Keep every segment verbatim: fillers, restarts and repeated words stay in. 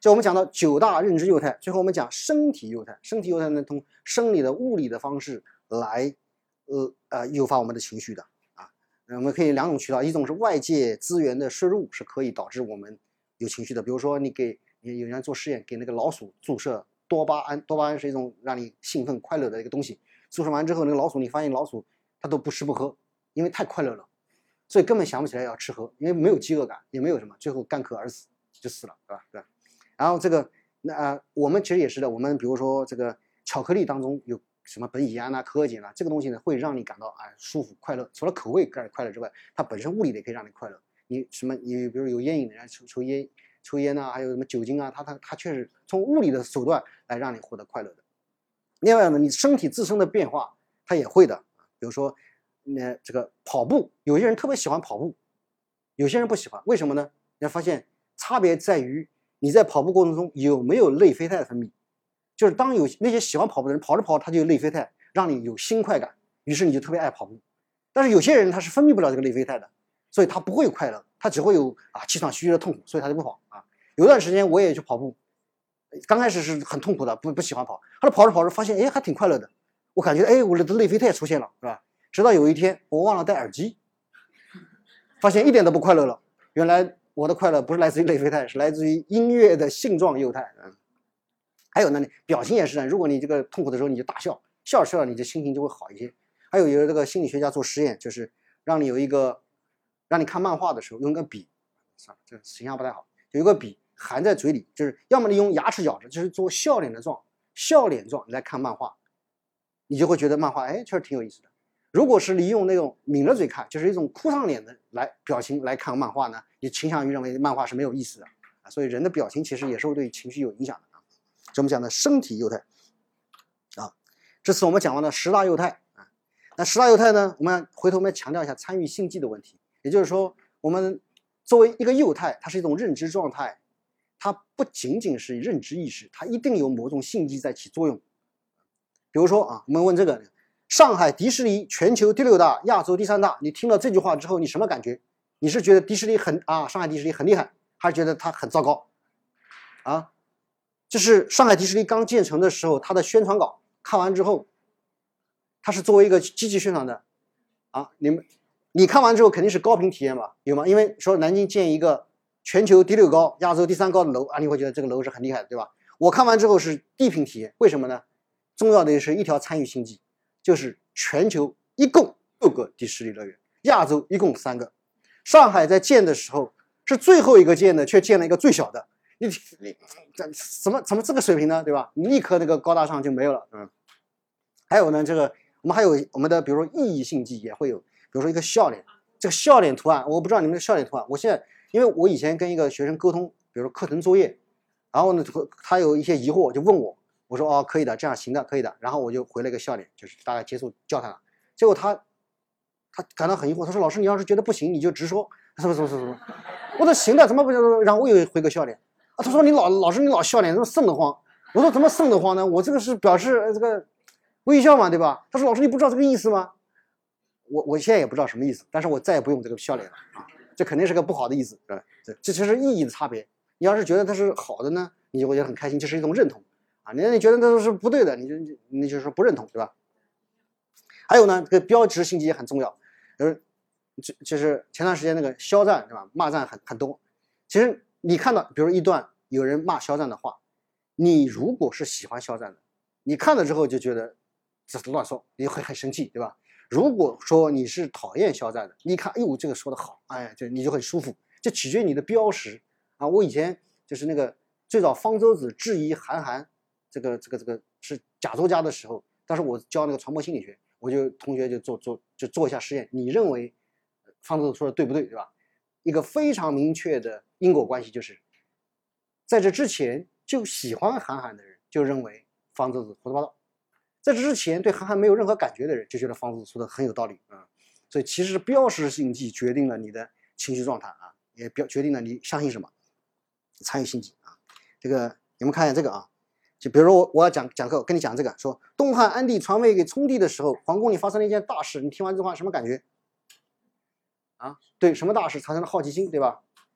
就我们讲到九大认知幼态，最后我们讲身体幼态。身体幼态呢，从生理的、物理的方式来，呃呃，诱发我们的情绪的啊。我们可以两种渠道，一种是外界资源的摄入，是可以导致我们有情绪的。比如说，你给你有人做实验，给那个老鼠注射多巴胺，多巴胺是一种让你兴奋快乐的一个东西。注射完之后，那个老鼠，你发现老鼠它都不吃不喝，因为太快乐了，所以根本想不起来要吃喝，因为没有饥饿感，也没有什么，最后干渴而死，就死了，对吧？对吧？然后这个那、呃、我们其实也是的，我们比如说这个巧克力当中有什么苯乙胺啊、可可碱啊，这个东西呢会让你感到啊、哎、舒服快乐。除了口味感快乐之外，它本身物理的也可以让你快乐。你什么你比如有烟瘾的人抽抽烟抽烟啊，还有什么酒精啊，它它它确实从物理的手段来让你获得快乐的。另外呢，你身体自身的变化它也会的，比如说那这个跑步，有些人特别喜欢跑步，有些人不喜欢，为什么呢？你会发现差别在于你在跑步过程中有没有内啡肽分泌。就是当有那些喜欢跑步的人跑着跑着他就有内啡肽，让你有新快感，于是你就特别爱跑步。但是有些人他是分泌不了这个内啡肽的，所以他不会快乐，他只会有啊气喘吁吁的痛苦，所以他就不跑啊。有段时间我也去跑步，刚开始是很痛苦的，不不喜欢跑，后来跑着跑着发现，哎，还挺快乐的。我感觉，哎，我的内啡肽出现了，是吧？直到有一天我忘了戴耳机，发现一点都不快乐了。原来我的快乐不是来自于内啡肽，是来自于音乐的性状幼态。嗯，还有呢，表情也是的。如果你这个痛苦的时候你就大笑，笑着笑着你的心情就会好一些。还有有这个心理学家做实验，就是让你有一个，让你看漫画的时候用个笔，算了，这个形象不太好，有一个笔含在嘴里，就是要么你用牙齿咬着，就是做笑脸的状，笑脸状来看漫画，你就会觉得漫画哎确实挺有意思的。如果是你用那种抿着嘴看，就是一种哭丧脸的来表情来看漫画呢，你倾向于认为漫画是没有意思的啊。所以人的表情其实也是对情绪有影响的啊。这我们讲的身体幼态啊，这次我们讲完了十大幼态啊。那十大幼态呢，我们回头我们强调一下参与性剂的问题，也就是说，我们作为一个幼态，它是一种认知状态，它不仅仅是认知意识，它一定有某种性剂在起作用。比如说啊，我们问这个。上海迪士尼全球第六大，亚洲第三大。你听了这句话之后，你什么感觉？你是觉得迪士尼很啊，上海迪士尼很厉害，还是觉得它很糟糕？啊，就是上海迪士尼刚建成的时候，它的宣传稿看完之后，它是作为一个积极宣传的啊。你们你看完之后肯定是高频体验吧？有吗？因为说南京建一个全球第六高、亚洲第三高的楼啊，你会觉得这个楼是很厉害的，对吧？我看完之后是低频体验，为什么呢？重要的是一条参与性剂。就是全球一共六个迪士尼乐园，亚洲一共三个。上海在建的时候是最后一个建的，却建了一个最小的。你你怎么怎么这个水平呢？对吧？你立刻那个高大上就没有了。嗯。还有呢，这个我们还有我们的，比如说意义性剂也会有，比如说一个笑脸，这个笑脸图案，我不知道你们的笑脸图案。我现在因为我以前跟一个学生沟通，比如说课程作业，然后呢他有一些疑惑就问我。我说哦，可以的，这样行的，可以的。然后我就回了一个笑脸，就是大概结束交谈了。结果他他感到很疑惑，他说：“老师，你要是觉得不行，你就直说。”什么什么什么什么？我说行的，怎么不？然后我又回个笑脸啊。他说：“你老老师，你老笑脸，怎么瘆得慌？”我说：“怎么瘆得慌呢？我这个是表示这个微笑嘛，对吧？”他说：“老师，你不知道这个意思吗？”我我现在也不知道什么意思，但是我再也不用这个笑脸了啊，这肯定是个不好的意思，对吧？这这其实意义的差别。你要是觉得它是好的呢，你就会觉得很开心，这是一种认同。啊，你你觉得那是不对的，你就你就是不认同，对吧？还有呢，这个标志性剂也很重要，就是就就是前段时间那个肖战，对吧？骂战很很多。其实你看到，比如一段有人骂肖战的话，你如果是喜欢肖战的，你看了之后就觉得这是乱说，你会很生气，对吧？如果说你是讨厌肖战的，你看，哎呦，这个说的好，哎，就你就很舒服，这取决于你的标识啊。我以前就是那个最早方舟子质疑韩寒。这个这个这个是假作家的时候，当时我教那个传播心理学，我就同学就做做就做一下实验，你认为方舟子说的对不对，对吧？一个非常明确的因果关系就是，在这之前就喜欢韩寒的人就认为方舟子胡说八道，在这之前对韩寒没有任何感觉的人就觉得方舟子说的很有道理啊、嗯。所以其实标识性剂决定了你的情绪状态啊，也标决定了你相信什么，参与性剂啊。这个你们看一下这个啊。就比如说我我要讲讲课，跟你讲这个，说东汉安帝传位给聪帝的时候，皇宫里发生了一件大事，你听完这话什么感觉？啊，对，什么大事产生了好奇心，对吧？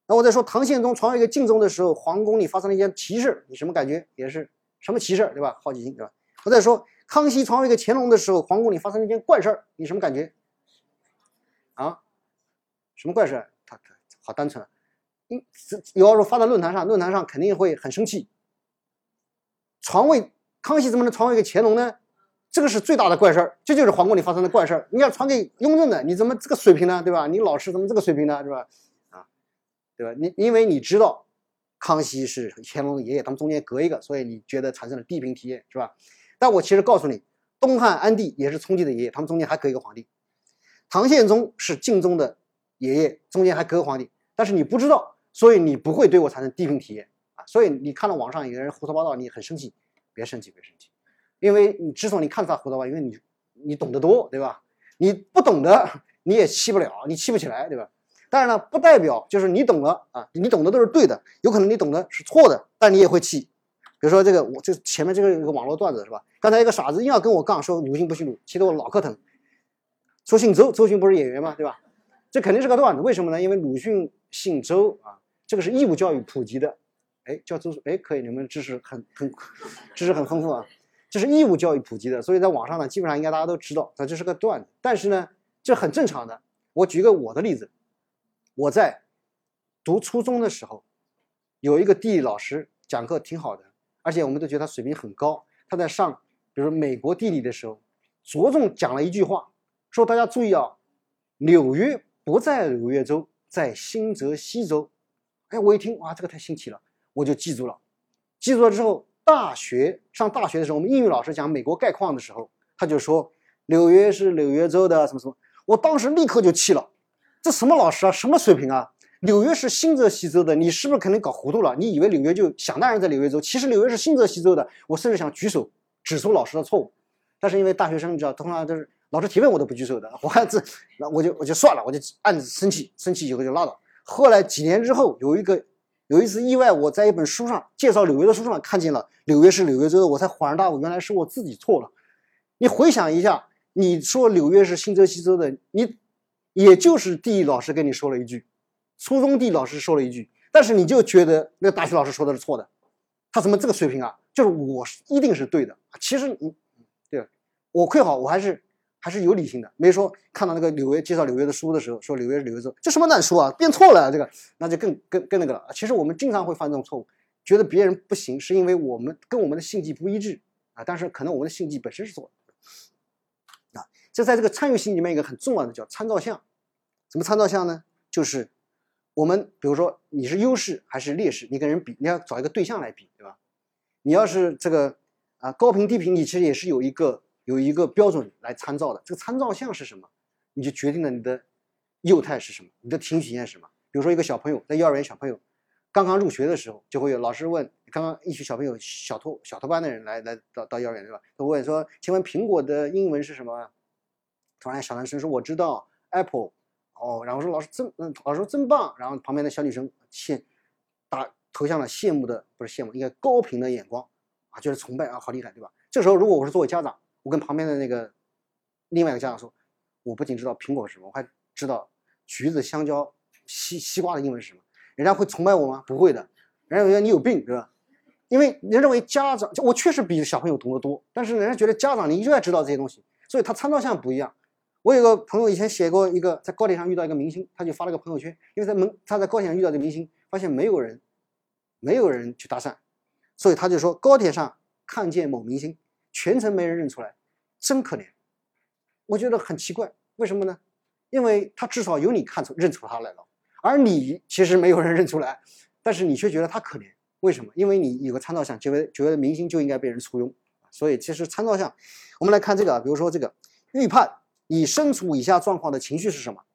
那我再说唐宪宗传位给敬宗的时候，皇宫里发生了一件奇事，你什么感觉？也是什么奇事，对吧？好奇心，对吧？我再说康熙传位给乾隆的时候，皇宫里发生了一件怪事儿，你什么感觉？啊？什么怪事？他他好单纯。嗯，有要是发到论坛上，论坛上肯定会很生气。传位康熙怎么能传位给乾隆呢？这个是最大的怪事儿，这就是皇宫里发生的怪事儿。你要传给雍正的，你怎么这个水平呢？对吧？你老师怎么这个水平呢？对吧？啊，对吧？你因为你知道康熙是乾隆的爷爷，他们中间隔一个，所以你觉得产生了地平体验，是吧？但我其实告诉你，东汉安帝也是聪帝的爷爷，他们中间还隔一个皇帝。唐宪宗是敬宗的爷爷，中间还隔个皇帝，但是你不知道，所以你不会对我产生地平体验啊。所以你看到网上有人胡说八道，你很生气，别生气，别生气。因为你之所以你看他胡说八道，因为你你懂得多，对吧？你不懂的你也气不了，你气不起来，对吧？当然了，不代表就是你懂了啊，你懂的都是对的，有可能你懂的是错的，但你也会气。比如说这个，我这前面这个一个网络段子是吧？刚才一个傻子硬要跟我杠说鲁迅不姓鲁，气得我脑壳疼。说姓周，周迅不是演员吗？对吧？这肯定是个段子，为什么呢？因为鲁迅姓周啊，这个是义务教育普及的。哎，叫周，哎，可以，你们知识很很知识很丰富啊。这是义务教育普及的，所以在网上呢，基本上应该大家都知道，这是个段子。但是呢，这很正常的。我举个我的例子，我在读初中的时候，有一个地理老师讲课挺好的，而且我们都觉得他水平很高。他在上，比如美国地理的时候，着重讲了一句话，说大家注意啊，纽约不在纽约州，在新泽西州。哎，我一听，哇，这个太新奇了，我就记住了。记住了之后，大学上大学的时候，我们英语老师讲美国概况的时候，他就说纽约是纽约州的什么什么，我当时立刻就气了，这什么老师啊，什么水平啊？纽约是新泽西州的，你是不是可能搞糊涂了？你以为纽约就想当然在纽约州，其实纽约是新泽西州的。我甚至想举手指出老师的错误，但是因为大学生你知道，通常都是老师提问我都不举手的，我还这那我就我就算了，我就暗自生气，生气以后就拉倒。后来几年之后，有一个。有一次意外，我在一本书上介绍纽约的书上看见了纽约是纽约州的，我才恍然大悟，原来是我自己错了。你回想一下，你说纽约是新泽西州的，你也就是地理老师跟你说了一句，初中地理老师说了一句，但是你就觉得那个大学老师说的是错的，他怎么这个水平啊？就是我一定是对的。其实你对我亏好，我还是还是有理性的，没说看到那个纽约介绍纽约的书的时候说纽约是纽约州，这什么烂书啊，编错了，这个那就更更更那个了。其实我们经常会犯这种错误，觉得别人不行，是因为我们跟我们的性迹不一致啊，但是可能我们的性迹本身是错的啊。这在这个参与性里面一个很重要的叫参照项，怎么参照项呢？就是我们比如说你是优势还是劣势，你跟人比，你要找一个对象来比，对吧？你要是这个啊高频低频，你其实也是有一个。有一个标准来参照的，这个参照项是什么？你就决定了你的幼态是什么，你的情体验是什么。比如说一个小朋友在幼儿园，小朋友刚刚入学的时候，就会有老师问，刚刚一群小朋友小托小托班的人来来到到幼儿园，对吧？他问说，请问苹果的英文是什么？突然小男生说我知道 Apple， 哦，然后说老师真嗯，老师说真棒，然后旁边的小女生羡打投向了羡慕的不是羡慕，应该高频的眼光啊，就是崇拜啊，好厉害，对吧？这时候如果我是作为家长，我跟旁边的那个另外一个家长说，我不仅知道苹果是什么，我还知道橘子、香蕉、西西瓜的英文是什么。人家会崇拜我吗？不会的，人家觉得你有病，对吧？因为人认为家长，我确实比小朋友懂得多，但是人家觉得家长你就要知道这些东西，所以他参照项不一样。我有个朋友以前写过一个，在高铁上遇到一个明星，他就发了个朋友圈，因为在门他在高铁上遇到这个明星，发现没有人没有人去搭讪，所以他就说高铁上看见某明星。全程没人认出来，真可怜。我觉得很奇怪，为什么呢？因为他至少有你看出认出他来了，而你其实没有人认出来，但是你却觉得他可怜，为什么？因为你有个参照项，觉得觉得明星就应该被人簇拥，所以其实参照项，我们来看这个，比如说这个预判你身处以下状况的情绪是什么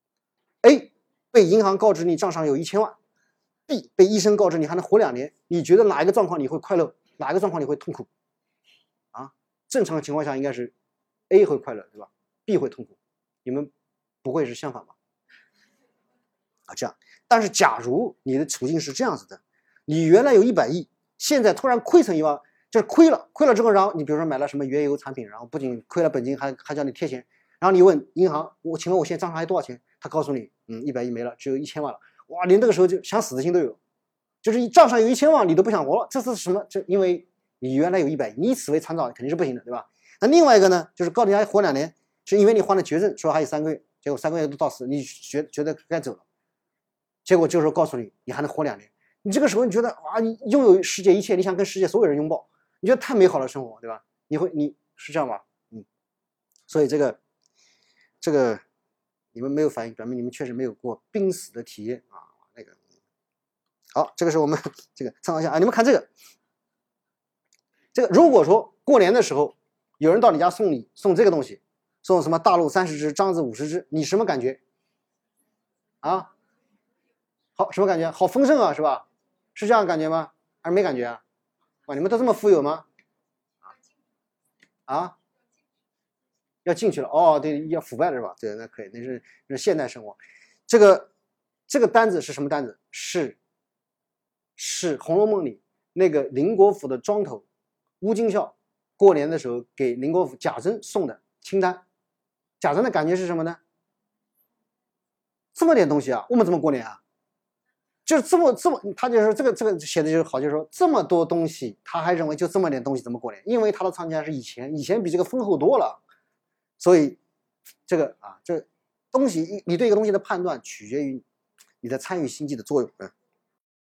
？A. 被银行告知你账上有一千万 ；B. 被医生告知你还能活两年，你觉得哪一个状况你会快乐，哪一个状况你会痛苦？正常情况下应该是 A 会快乐，对吧 ？B 会痛苦，你们不会是相反吧？啊，这样。但是假如你的处境是这样子的，你原来有一百亿，现在突然亏成一万，就是亏了，亏了之后，然后你比如说买了什么原油产品，然后不仅亏了本金，还还叫你贴钱，然后你问银行，我请问我现在账上还有多少钱？他告诉你，嗯，一百亿没了，只有一千万了。 哇，连这个时候就想死的心都有，就是账上有一千万你都不想活了，这是什么？这因为你原来有一百亿，你以此为参照肯定是不行的，对吧？那另外一个呢，就是告诉人家活两年，是因为你患了绝症，说还有三个月，结果三个月都到死，你觉觉得该走了，结果这时候告诉你你还能活两年，你这个时候你觉得哇，你拥有世界一切，你想跟世界所有人拥抱，你觉得太美好的生活，对吧？你会你是这样吧？嗯，所以这个这个你们没有反应，表明你们确实没有过濒死的体验啊。那个好，这个是我们这个参考一下啊，你们看这个。这个如果说过年的时候有人到你家送礼，送这个东西，送什么大陆三十只，獐子五十只，你什么感觉？啊，好，什么感觉？好丰盛啊，是吧？是这样感觉吗？还是没感觉啊？哇，你们都这么富有吗？啊，要进去了哦，对，要腐败了是吧？对，那可以，那是那是现代生活。这个这个单子是什么单子？是是《红楼梦》里那个宁国府的庄头乌金孝过年的时候给宁国府贾珍送的清单。贾珍的感觉是什么呢？这么点东西啊，我们怎么过年啊？就是这么这么，他就说这个这个写的就是好，就是说这么多东西，他还认为就这么点东西怎么过年？因为他的藏家是以前以前比这个丰厚多了，所以这个啊，这东西你对一个东西的判断取决于你的参与心机的作用。嗯。